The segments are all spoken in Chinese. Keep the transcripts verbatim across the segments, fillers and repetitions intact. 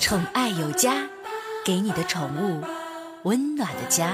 宠爱有家，给你的宠物温暖的家。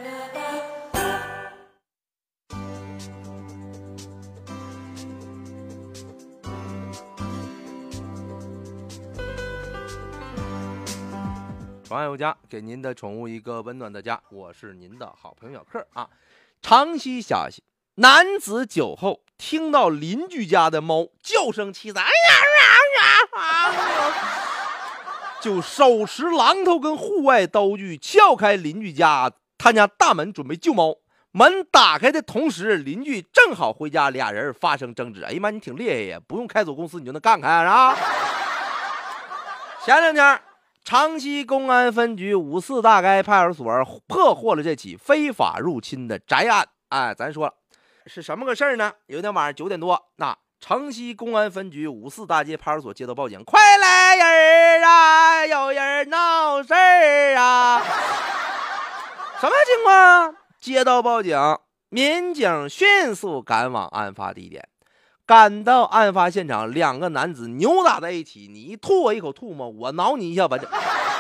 宠爱有家，给您的宠物一个温暖的家。我是您的好朋友小克啊。长期消息，男子酒后听到邻居家的猫叫声凄惨，哎呀呀呀，就手持榔头跟户外刀具撬开邻居家他家大门，准备救猫。门打开的同时，邻居正好回家，俩人发生争执。哎呀妈，你挺厉害呀，不用开走公司你就能干开啊！前两天长溪公安分局五四大街派出所破获了这起非法入侵的宅案。哎，咱说了是什么个事儿呢？有一天晚上九点多，那城西公安分局五四大街派出所接到报警，快来人啊，有人闹事儿啊！什么情况啊？接到报警，民警迅速赶往案发地点。赶到案发现场，两个男子扭打在一起，你一吐我一口吐沫，我挠你一下吧。这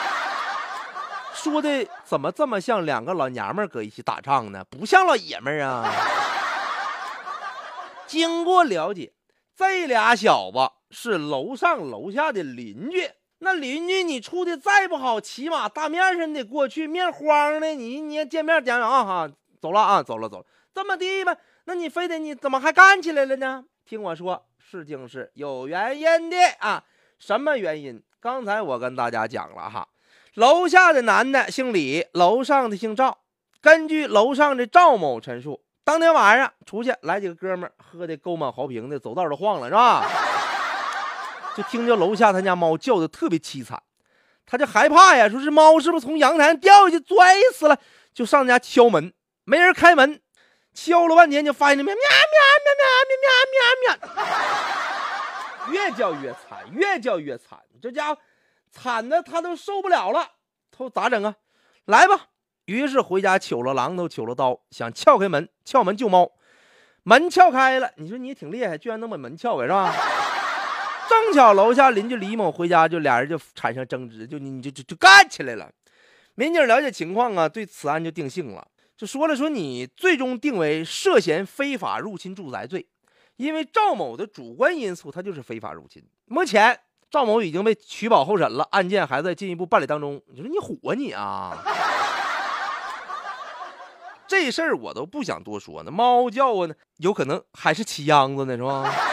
说的怎么这么像两个老娘们搁一起打仗呢？不像老爷们儿啊！经过了解，这俩小子是楼上楼下的邻居。那邻居你处的再不好，起码大面上得过去，面荒的你你见面讲啊哈，走了啊，走了走了，这么地吧？那你非得你怎么还干起来了呢？听我说，事情是有原因的啊！什么原因？刚才我跟大家讲了哈，楼下的男的姓李，楼上的姓赵。根据楼上的赵某陈述，当天晚上出去来几个哥们儿，喝的沟满豪瓶的，走道都晃了，是吧？就听着楼下他家猫叫的特别凄惨，他就害怕呀，说是猫是不是从阳台上掉下去摔死了，就上家敲门，没人开门，敲了半天就发现喵喵喵喵喵喵喵喵，越叫越惨，越叫越惨，这家伙惨的他都受不了了，他咋整啊？来吧，于是回家取了榔头，取了刀，想撬开门，撬门救猫。门撬开了，你说你也挺厉害，居然能把门撬开，是吧？正巧楼下邻居李某回家，就俩人就产生争执，就你你就就就干起来了。民警了解情况啊，对此案就定性了，就说了说你最终定为涉嫌非法入侵住宅罪，因为赵某的主观因素他就是非法入侵。目前赵某已经被取保候审了，案件还在进一步办理当中。你说你唬你啊？这事儿我都不想多说呢，猫叫啊，有可能还是起秧子呢，是吧？